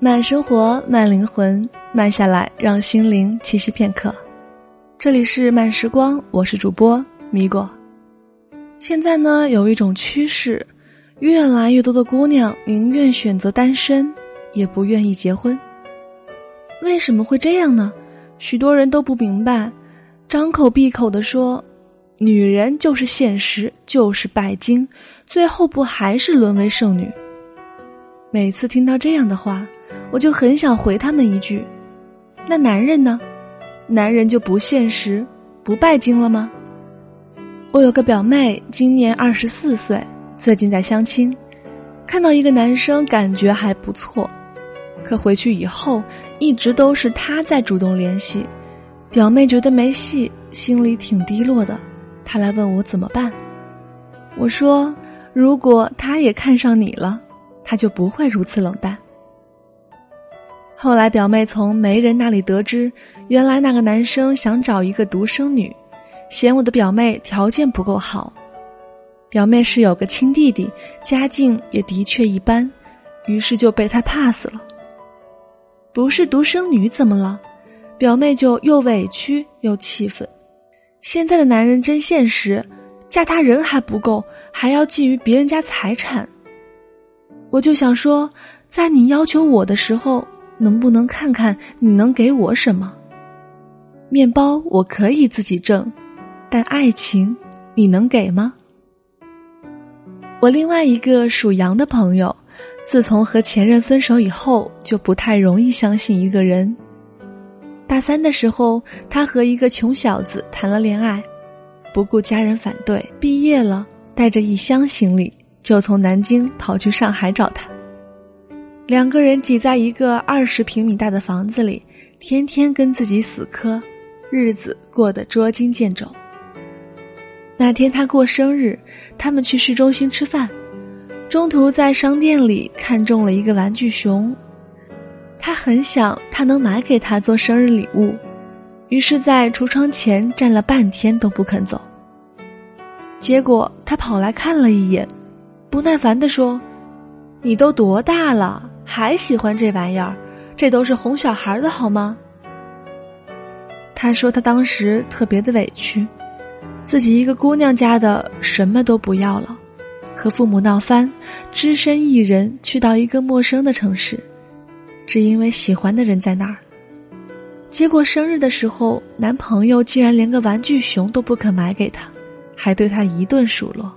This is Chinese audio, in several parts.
慢生活，慢灵魂，慢下来，让心灵栖息片刻。这里是慢时光，我是主播米果。现在呢，有一种趋势，越来越多的姑娘宁愿选择单身，也不愿意结婚。为什么会这样呢？许多人都不明白，张口闭口地说，女人就是现实，就是拜金，最后不还是沦为剩女？每次听到这样的话，我就很想回他们一句，那男人呢？男人就不现实，不拜金了吗？我有个表妹，今年24岁，最近在相亲，看到一个男生感觉还不错，可回去以后一直都是他在主动联系，表妹觉得没戏，心里挺低落的，她来问我怎么办。我说，如果他也看上你了，他就不会如此冷淡。后来表妹从媒人那里得知，原来那个男生想找一个独生女，嫌我的表妹条件不够好。表妹是有个亲弟弟，家境也的确一般，于是就被他 pass 了。不是独生女怎么了？表妹就又委屈又气愤。现在的男人真现实，嫁他人还不够，还要觊觎别人家财产。我就想说，在你要求我的时候，能不能看看你能给我什么？面包我可以自己挣，但爱情你能给吗？我另外一个属羊的朋友，自从和前任分手以后，就不太容易相信一个人。大3的时候，他和一个穷小子谈了恋爱，不顾家人反对，毕业了，带着一箱行李，就从南京跑去上海找他。2个人挤在一个20平米大的房子里，天天跟自己死磕，日子过得捉襟见肘。那天他过生日，他们去市中心吃饭，中途在商店里看中了一个玩具熊，他很想他能买给他做生日礼物，于是在橱窗前站了半天都不肯走。结果他跑来看了一眼，不耐烦地说，你都多大了，还喜欢这玩意儿？这都是哄小孩的好吗？他说他当时特别的委屈，自己一个姑娘家的什么都不要了，和父母闹翻，只身一人去到一个陌生的城市，只因为喜欢的人在那儿。结果生日的时候，男朋友竟然连个玩具熊都不肯买给他，还对他一顿数落。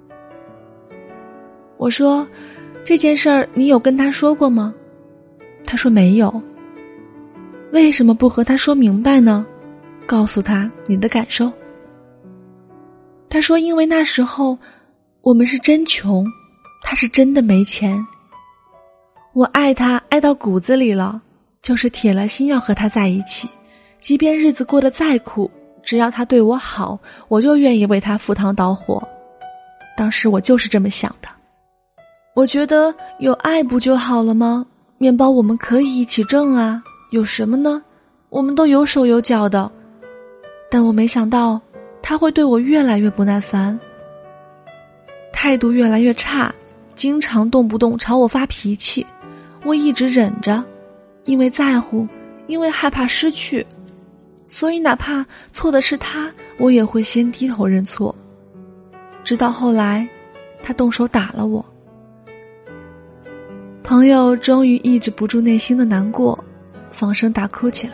我说，这件事儿你有跟他说过吗？他说没有。为什么不和他说明白呢？告诉他你的感受。他说，因为那时候我们是真穷，他是真的没钱。我爱他爱到骨子里了，就是铁了心要和他在一起，即便日子过得再苦，只要他对我好，我就愿意为他赴汤蹈火。当时我就是这么想的。我觉得有爱不就好了吗？面包我们可以一起挣啊，有什么呢？我们都有手有脚的。但我没想到他会对我越来越不耐烦，态度越来越差，经常动不动朝我发脾气。我一直忍着，因为在乎，因为害怕失去，所以哪怕错的是他，我也会先低头认错。直到后来他动手打了我。朋友终于抑制不住内心的难过，放声大哭起来。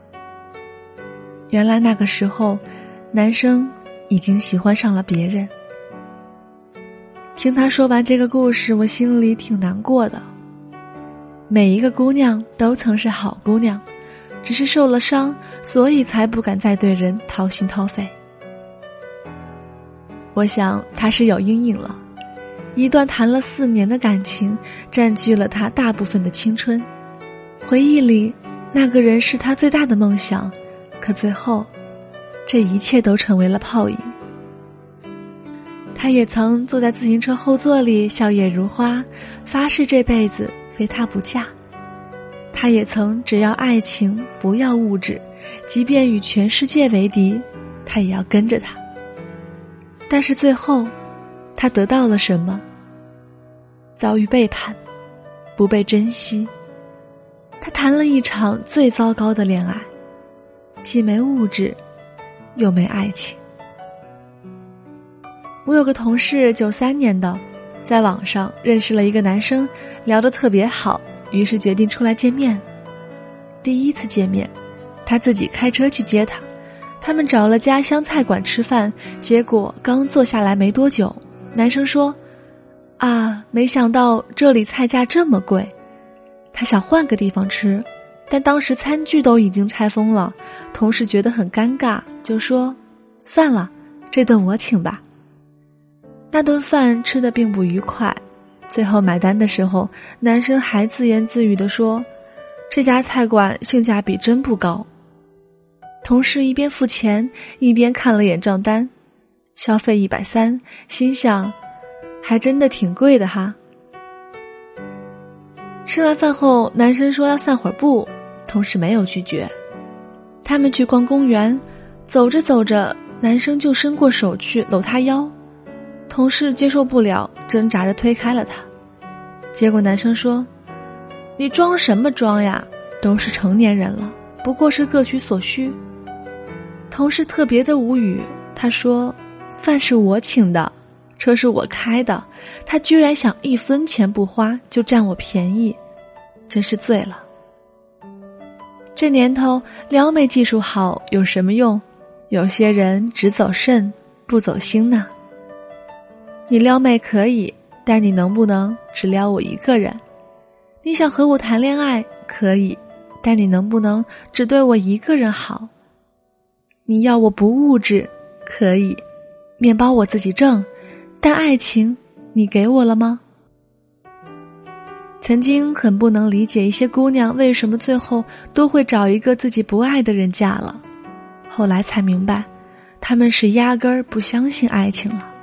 原来那个时候，男生已经喜欢上了别人。听他说完这个故事，我心里挺难过的。每一个姑娘都曾是好姑娘，只是受了伤，所以才不敢再对人掏心掏肺。我想他是有阴影了，一段谈了4年的感情占据了他大部分的青春，回忆里那个人是他最大的梦想，可最后这一切都成为了泡影。他也曾坐在自行车后座里笑靥如花，发誓这辈子非他不嫁。他也曾只要爱情不要物质，即便与全世界为敌，他也要跟着他。但是最后他得到了什么？遭遇背叛，不被珍惜， 他谈了一场最糟糕的恋爱，既没物质，又没爱情。我有个同事93年的，在网上认识了一个男生，聊得特别好，于是决定出来见面。第一次见面，他自己开车去接他们找了家湘菜馆吃饭，结果刚坐下来没多久，男生说没想到这里菜价这么贵。他想换个地方吃，但当时餐具都已经拆封了，同事觉得很尴尬，就说算了，这顿我请吧。那顿饭吃得并不愉快，最后买单的时候，男生还自言自语地说，这家菜馆性价比真不高。同事一边付钱一边看了眼账单，消费130，心想还真的挺贵的哈。吃完饭后，男生说要散会儿步，同事没有拒绝。他们去逛公园，走着走着，男生就伸过手去搂她腰，同事接受不了，挣扎着推开了他。结果男生说，你装什么装呀，都是成年人了，不过是各取所需。同事特别的无语，他说，饭是我请的，车是我开的，他居然想1分钱不花就占我便宜，真是醉了。这年头撩妹技术好有什么用？有些人只走肾不走心呢。你撩妹可以，但你能不能只撩我一个人？你想和我谈恋爱可以，但你能不能只对我一个人好？你要我不物质可以，面包我自己挣，但爱情你给我了吗？曾经很不能理解一些姑娘为什么最后都会找一个自己不爱的人嫁了，后来才明白，她们是压根儿不相信爱情了。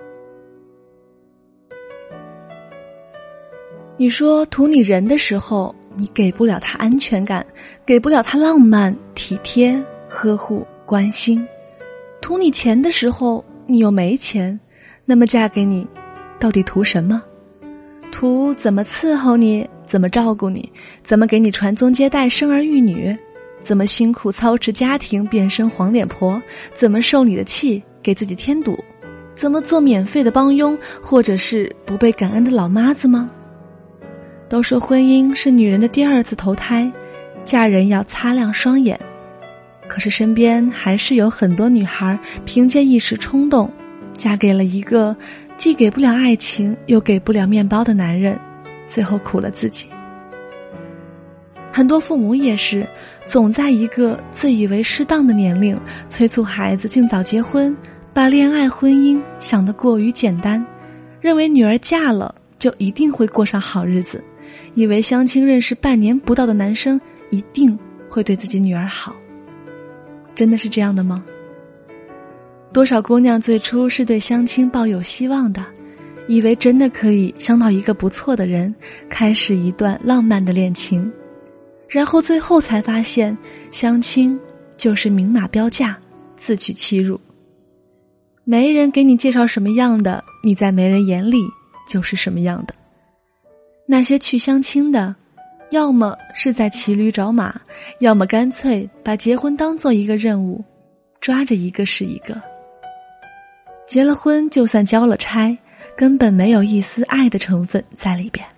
你说图你人的时候，你给不了他安全感，给不了他浪漫、体贴、呵护、关心。图你钱的时候，你又没钱，那么嫁给你，到底图什么？图怎么伺候你，怎么照顾你，怎么给你传宗接代、生儿育女，怎么辛苦操持家庭变身黄脸婆，怎么受你的气，给自己添堵，怎么做免费的帮佣，或者是不被感恩的老妈子吗？都说婚姻是女人的第2次投胎，嫁人要擦亮双眼。可是身边还是有很多女孩凭借一时冲动，嫁给了一个既给不了爱情又给不了面包的男人，最后苦了自己。很多父母也是总在一个自以为适当的年龄催促孩子尽早结婚，把恋爱婚姻想得过于简单，认为女儿嫁了就一定会过上好日子，以为相亲认识半年不到的男生一定会对自己女儿好。真的是这样的吗？多少姑娘最初是对相亲抱有希望的，以为真的可以相到一个不错的人，开始一段浪漫的恋情，然后最后才发现，相亲就是明码标价，自取其辱。没人给你介绍什么样的，你在没人眼里就是什么样的。那些去相亲的，要么是在骑驴找马，要么干脆把结婚当做一个任务，抓着一个是一个。结了婚就算交了差，根本没有一丝爱的成分在里边。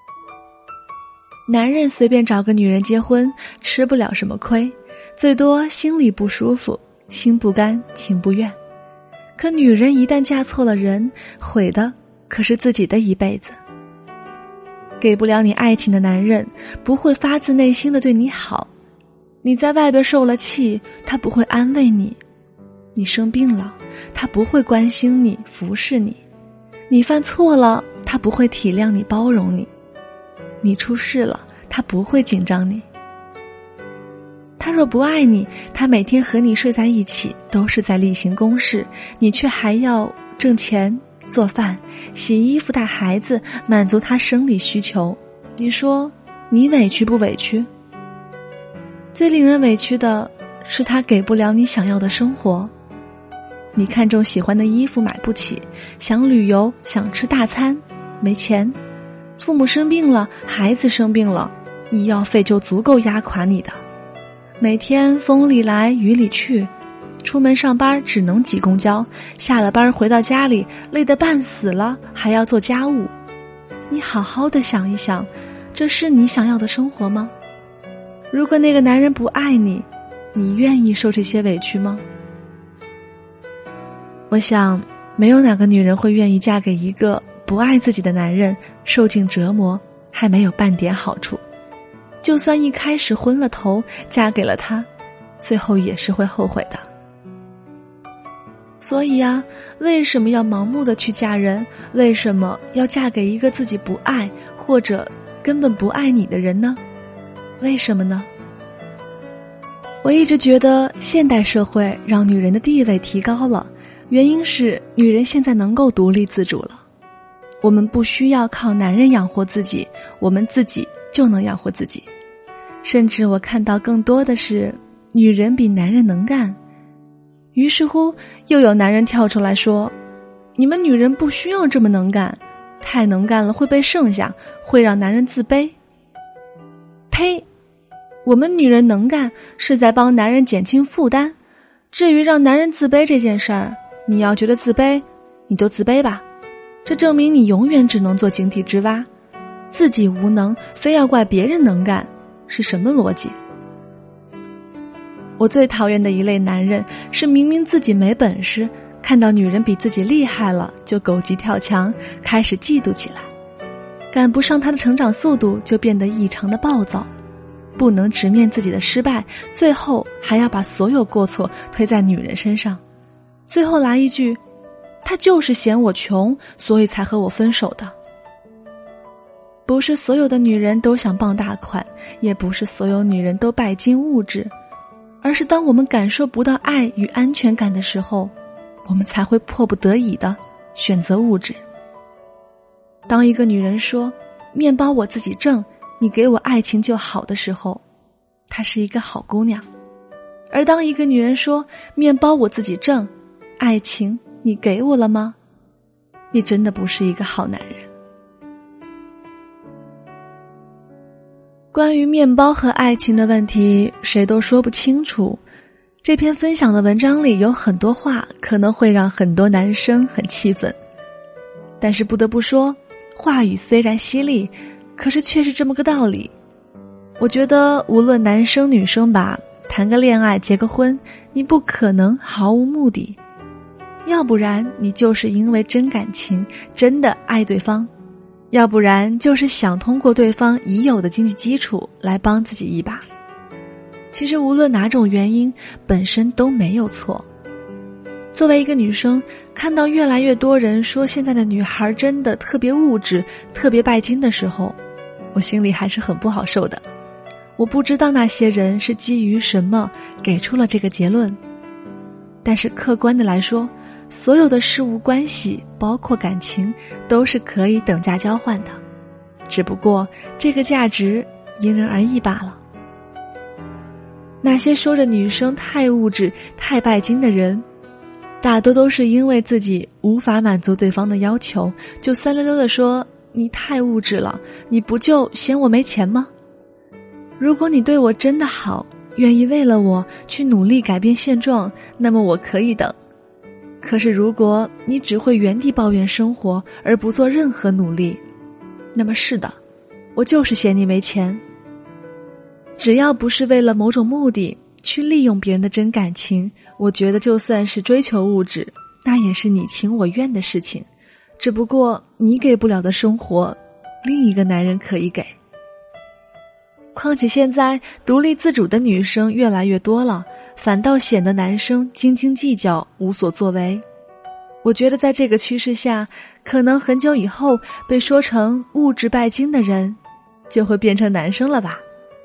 男人随便找个女人结婚，吃不了什么亏，最多心里不舒服，心不甘情不愿。可女人一旦嫁错了人，毁的可是自己的一辈子。给不了你爱情的男人，不会发自内心的对你好。你在外边受了气，他不会安慰你；你生病了，他不会关心你、服侍你；你犯错了，他不会体谅你、包容你；你出事了，他不会紧张你。他若不爱你，他每天和你睡在一起，都是在例行公事，你却还要挣钱、做饭、洗衣服、带孩子，满足他生理需求。你说你委屈不委屈？最令人委屈的是他给不了你想要的生活。你看中喜欢的衣服买不起，想旅游，想吃大餐，没钱。父母生病了，孩子生病了，你说你委屈不委屈？最令人委屈的是他给不了你想要的生活。你看中喜欢的衣服买不起，想旅游，想吃大餐，没钱。父母生病了，孩子生病了， 医药费就足够压垮你的。每天风里来雨里去，出门上班只能挤公交，下了班回到家里累得半死了，还要做家务。你好好的想一想，这是你想要的生活吗？如果那个男人不爱你，你愿意受这些委屈吗？我想没有哪个女人会愿意嫁给一个不爱自己的男人，受尽折磨还没有半点好处。就算一开始昏了头嫁给了他，最后也是会后悔的。所以啊，为什么要盲目的去嫁人？为什么要嫁给一个自己不爱或者根本不爱你的人呢？为什么呢？我一直觉得现代社会让女人的地位提高了，原因是女人现在能够独立自主了。我们不需要靠男人养活自己，我们自己就能养活自己。甚至我看到更多的是女人比男人能干。于是乎又有男人跳出来说，你们女人不需要这么能干，太能干了会被剩下，会让男人自卑。呸！我们女人能干是在帮男人减轻负担，至于让男人自卑这件事儿，你要觉得自卑你就自卑吧，这证明你永远只能做井底之蛙，自己无能非要怪别人能干，是什么逻辑？我最讨厌的一类男人是明明自己没本事，看到女人比自己厉害了就狗急跳墙，开始嫉妒起来，赶不上她的成长速度就变得异常的暴躁，不能直面自己的失败，最后还要把所有过错推在女人身上，最后来一句，他就是嫌我穷，所以才和我分手的。不是所有的女人都想傍大款，也不是所有女人都拜金物质，而是当我们感受不到爱与安全感的时候，我们才会迫不得已的选择物质。当一个女人说面包我自己挣，你给我爱情就好的时候，她是一个好姑娘。而当一个女人说面包我自己挣，爱情你给我了吗？你真的不是一个好男人。关于面包和爱情的问题，谁都说不清楚。这篇分享的文章里有很多话可能会让很多男生很气愤，但是不得不说，话语虽然犀利，可是却是这么个道理。我觉得无论男生女生吧，谈个恋爱结个婚，你不可能毫无目的，要不然你就是因为真感情，真的爱对方，要不然就是想通过对方已有的经济基础来帮自己一把。其实无论哪种原因，本身都没有错。作为一个女生，看到越来越多人说现在的女孩真的特别物质，特别拜金的时候，我心里还是很不好受的。我不知道那些人是基于什么给出了这个结论，但是客观的来说，所有的事物关系，包括感情，都是可以等价交换的，只不过这个价值因人而异罢了。那些说着女生太物质、太拜金的人，大多都是因为自己无法满足对方的要求，就酸溜溜地说你太物质了，你不就嫌我没钱吗？如果你对我真的好，愿意为了我去努力改变现状，那么我可以等。可是如果你只会原地抱怨生活而不做任何努力，那么是的，我就是嫌你没钱。只要不是为了某种目的去利用别人的真感情，我觉得就算是追求物质，那也是你情我愿的事情，只不过你给不了的生活，另一个男人可以给。况且现在独立自主的女生越来越多了，反倒显得男生斤斤计较，无所作为。我觉得在这个趋势下，可能很久以后被说成物质拜金的人就会变成男生了吧。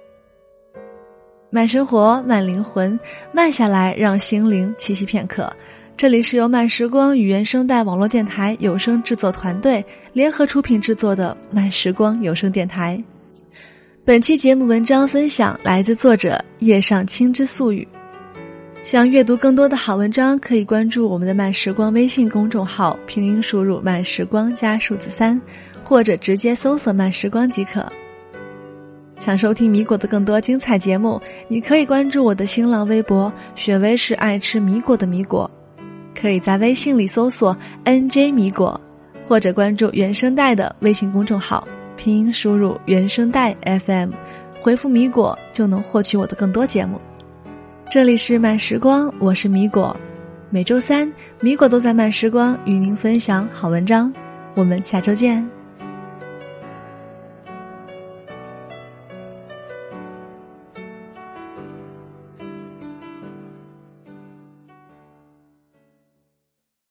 慢生活，慢灵魂，慢下来让心灵栖息片刻。这里是由慢时光与原声带网络电台有声制作团队联合出品制作的慢时光有声电台。本期节目文章分享来自作者叶上清之素语。想阅读更多的好文章，可以关注我们的慢时光微信公众号，拼音输入慢时光加数字3，或者直接搜索慢时光即可。 想收听米果的更多精彩节目，你可以关注我的新浪微博雪薇是爱吃米果的米果，可以在微信里搜索 NJ 米果，或者关注原声带的微信公众号，拼音输入原声带 FM， 回复米果就能获取我的更多节目。这里是慢时光，我是米果，每周三米果都在慢时光与您分享好文章，我们下周见。